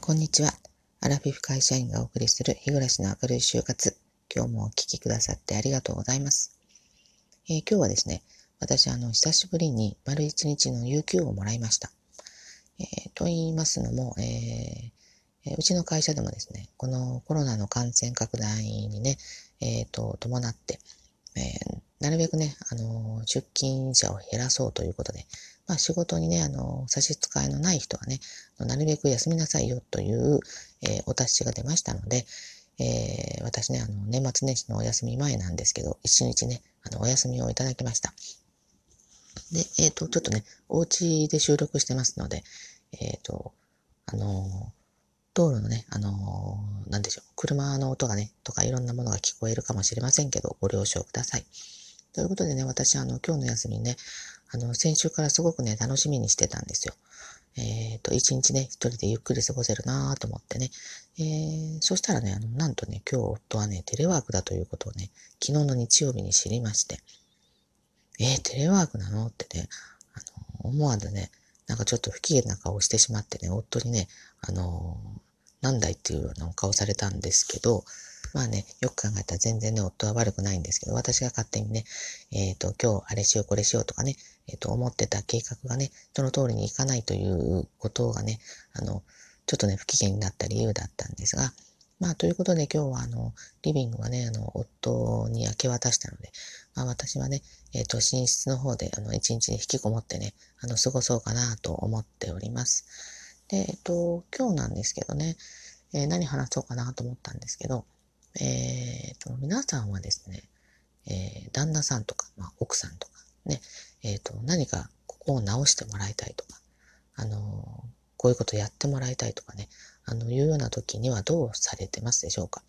こんにちは。アラフィフ会社員がお送りする日暮らしの明るい就活。今日もお聞きくださってありがとうございます。今日はですね、私久しぶりに丸一日の有給をもらいました。と言いますのも、うちの会社でもですね、このコロナの感染拡大にね、伴って、なるべくね、出勤者を減らそうということで、仕事にね、差し支えのない人はね、なるべく休みなさいよという、お達しが出ましたので、私ね、年末年始のお休み前なんですけど、一日ね、お休みをいただきました。で、ちょっとね、お家で収録してますので、えっ、と、あの、道路のね、なんでしょう、車の音がね、とかいろんなものが聞こえるかもしれませんけど、ご了承ください。ということでね、私、今日の休みね、先週からすごくね、楽しみにしてたんですよ。一日ね、一人でゆっくり過ごせるなぁと思ってね。そしたらね、なんとね、今日夫はね、テレワークだということをね、昨日の日曜日に知りまして、テレワークなのってね、思わずね、なんかちょっと不機嫌な顔をしてしまってね、夫にね、なんだいっていうような顔されたんですけど、まあね、よく考えたら全然ね、夫は悪くないんですけど、私が勝手にね、今日あれしようこれしようとかね、思ってた計画がね、その通りにいかないということがね、ちょっとね、不機嫌になった理由だったんですが、ということで今日はリビングはね、夫に明け渡したので、私はね、寝室の方で、一日引きこもってね、過ごそうかなと思っております。で、今日なんですけどね、何話そうかなと思ったんですけど、皆さんはですね、旦那さんとか、奥さんとか、ね、何かここを直してもらいたいとか、こういうことやってもらいたいとかね、いうような時にはどうされてますでしょうか。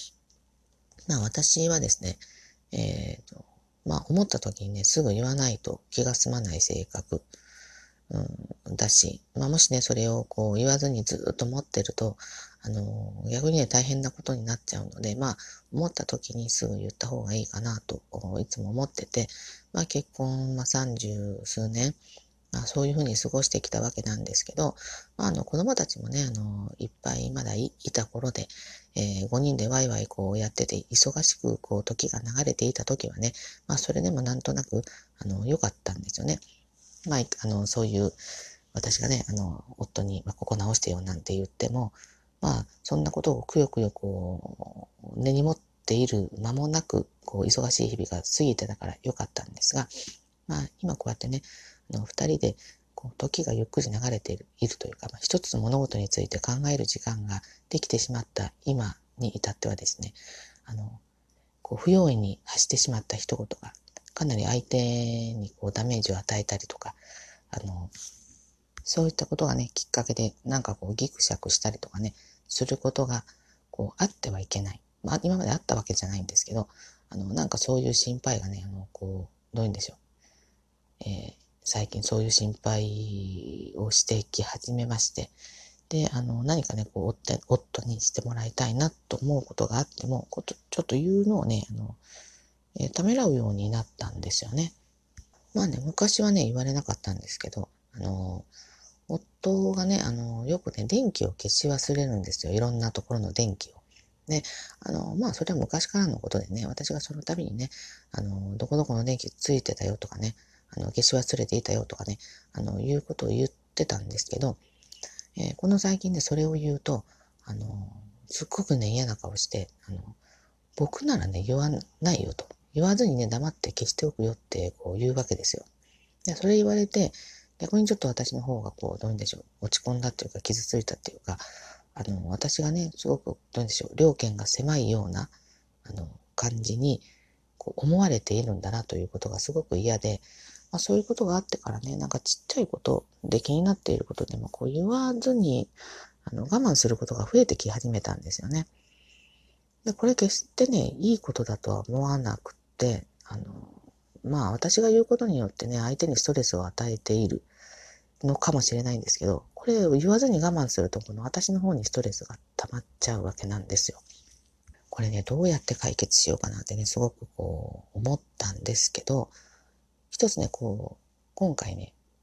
私はですね、思った時にね、すぐ言わないと気が済まない性格、だし、もしね、それをこう言わずにずっと持ってると、逆にね、大変なことになっちゃうので、思った時にすぐ言った方がいいかなと、いつも思ってて、結婚、30数年、そういうふうに過ごしてきたわけなんですけど、子供たちもね、いっぱいまだいた頃で、5人でワイワイこうやってて、忙しくこう時が流れていた時はね、それでもなんとなく、良かったんですよね。そういう、私がね、夫に、ここ直してよなんて言っても、そんなことをくよくよこう、根に持っている間もなく、こう、忙しい日々が過ぎてたから良かったんですが、今こうやってね、二人で、こう、時がゆっくり流れているというか、一つの物事について考える時間ができてしまった今に至ってはですね、こう、不用意に発してしまった一言が、かなり相手にこう、ダメージを与えたりとか、あの、そういったことがね、きっかけで、なんかこう、ギクシャクしたりとかね、することが、こう、あってはいけない。今まであったわけじゃないんですけど、なんかそういう心配がね、こう、どういうんでしょう。最近そういう心配をしてき始めまして、で、何かね、こう、夫にしてもらいたいなと思うことがあっても、ちょっと言うのをね、ためらうようになったんですよね。昔はね、言われなかったんですけど、夫がね、よくね、電気を消し忘れるんですよ。いろんなところの電気を。で、それは昔からのことでね、私がその度にね、どこどこの電気ついてたよとかね、消し忘れていたよとかね、いうことを言ってたんですけど、この最近でそれを言うと、すっごくね、嫌な顔して、僕ならね、言わないよと。言わずにね、黙って消しておくよって、こう言うわけですよ。で、それ言われて、逆にちょっと私の方がこう、どういうんでしょう、落ち込んだっていうか、傷ついたっていうか、私がね、すごく、どういうんでしょう、両権が狭いような、感じに、こう、思われているんだなということがすごく嫌で、そういうことがあってからね、なんかちっちゃいことで気になっていることでも、こう言わずに、我慢することが増えてき始めたんですよね。で、これ決してね、いいことだとは思わなくって、私が言うことによってね、相手にストレスを与えているのかもしれないんですけど、これを言わずに我慢すると、この私の方にストレスが溜まっちゃうわけなんですよ。これね、どうやって解決しようかなってね、すごくこう、思ったんですけど、一つね、こう、今回ね、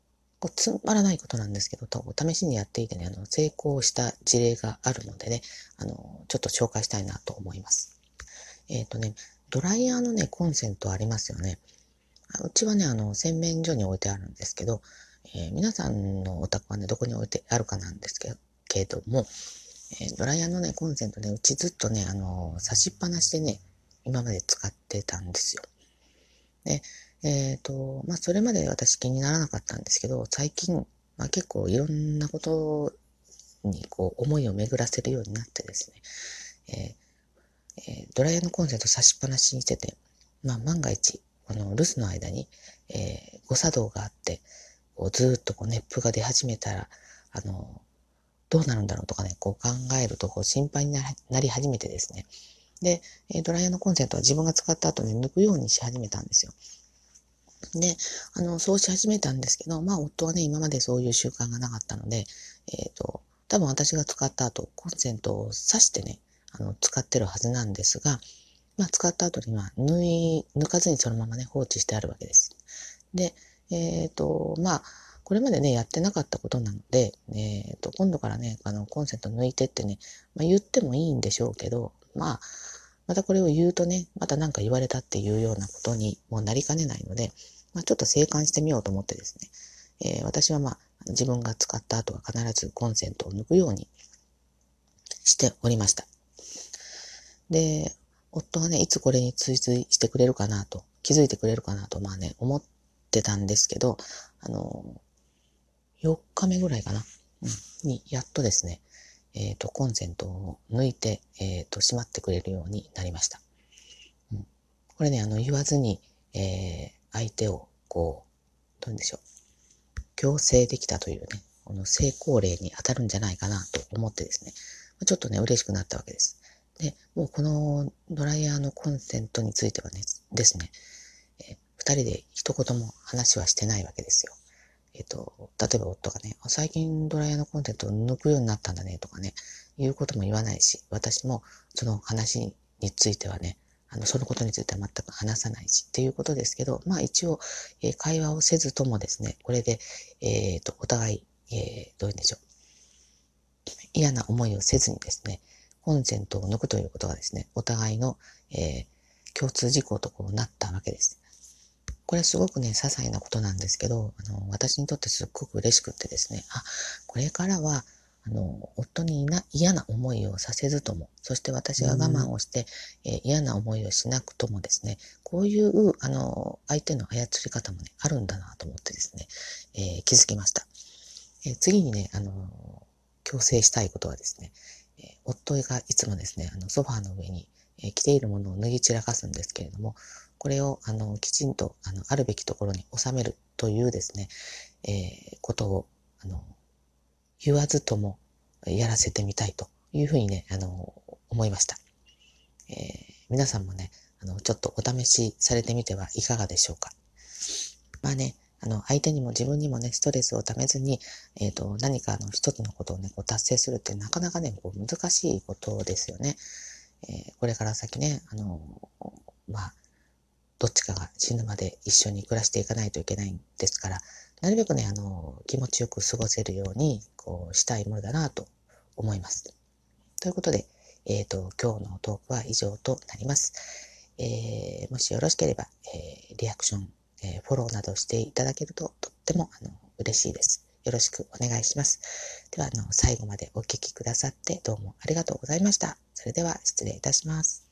こうつまらないことなんですけど、試しにやっていてね、成功した事例があるのでね、ちょっと紹介したいなと思います。ね、ドライヤーのね、コンセントありますよね。うちはね、洗面所に置いてあるんですけど、皆さんのお宅はね、どこに置いてあるかなんですけども、ドライヤーのね、コンセントね、うちずっとね、差しっぱなしでね、今まで使ってたんですよ。で、まあ、それまで私気にならなかったんですけど、最近、まあ、結構いろんなことにこう思いを巡らせるようになってですね、ドライヤーのコンセント差しっぱなしにしてて、まあ、万が一、留守の間に、誤作動があって、こうずーっとこう熱風が出始めたら、あの、どうなるんだろうとかね、こう考えるとこう心配になり始めてですね。で、ドライヤーのコンセントは自分が使った後に抜くようにし始めたんですよ。で、そうし始めたんですけど、まあ、夫はね、今までそういう習慣がなかったので、多分私が使った後、コンセントを挿してね、使ってるはずなんですが、まあ、使った後には抜かずにそのままね、放置してあるわけです。で、まあ、これまでね、やってなかったことなので、今度からね、コンセント抜いてってね、まあ、言ってもいいんでしょうけど、まあ、またこれを言うとね、また何か言われたっていうようなことにもなりかねないので、まあ、ちょっと静観してみようと思ってですね、私はまあ、自分が使った後は必ずコンセントを抜くようにしておりました。で、夫がね、いつこれに追随してくれるかなと、気づいてくれるかなと、まあね、思ってたんですけど、4日目ぐらいかな、に、やっとですね、コンセントを抜いて、しまってくれるようになりました。これね、言わずに、相手を、こう、どういうんでしょう、強制できたというね、この成功例に当たるんじゃないかなと思ってですね、ちょっとね、嬉しくなったわけです。で、もうこのドライヤーのコンセントについてはね、二人で一言も話はしてないわけですよ。例えば夫がね、最近ドライヤーのコンセントを抜くようになったんだねとかね、いうことも言わないし、私もその話についてはね、そのことについては全く話さないしっていうことですけど、まあ一応、会話をせずともですね、これで、お互い、どういうんでしょう。嫌な思いをせずにですね、コンセントを抜くということがですね、お互いの、共通事項とこうなったわけです。これすごくね、些細なことなんですけど、私にとってすっごく嬉しくってですね、これからは、夫に嫌な思いをさせずとも、そして私が我慢をして、嫌な思いをしなくともですね、こういう、相手の操り方もね、あるんだなと思ってですね、気づきました。次にね、強制したいことはですね、夫がいつもですね、ソファーの上に、着ているものを脱ぎ散らかすんですけれども、これを、きちんと、あるべきところに収めるというですね、ことを、言わずともやらせてみたいというふうにね、思いました。皆さんもね、ちょっとお試しされてみてはいかがでしょうか。まあね、相手にも自分にもね、ストレスをためずに、何か一つのことをね、こう達成するってなかなかね、こう難しいことですよね。これから先ね、まあ、どっちかが死ぬまで一緒に暮らしていかないといけないんですから、なるべくね、気持ちよく過ごせるように、こう、したいものだなと思います。ということで、今日のトークは以上となります。もしよろしければ、リアクション、フォローなどしていただけるととっても嬉しいです。よろしくお願いします。では、最後までお聞きくださってどうもありがとうございました。それでは失礼いたします。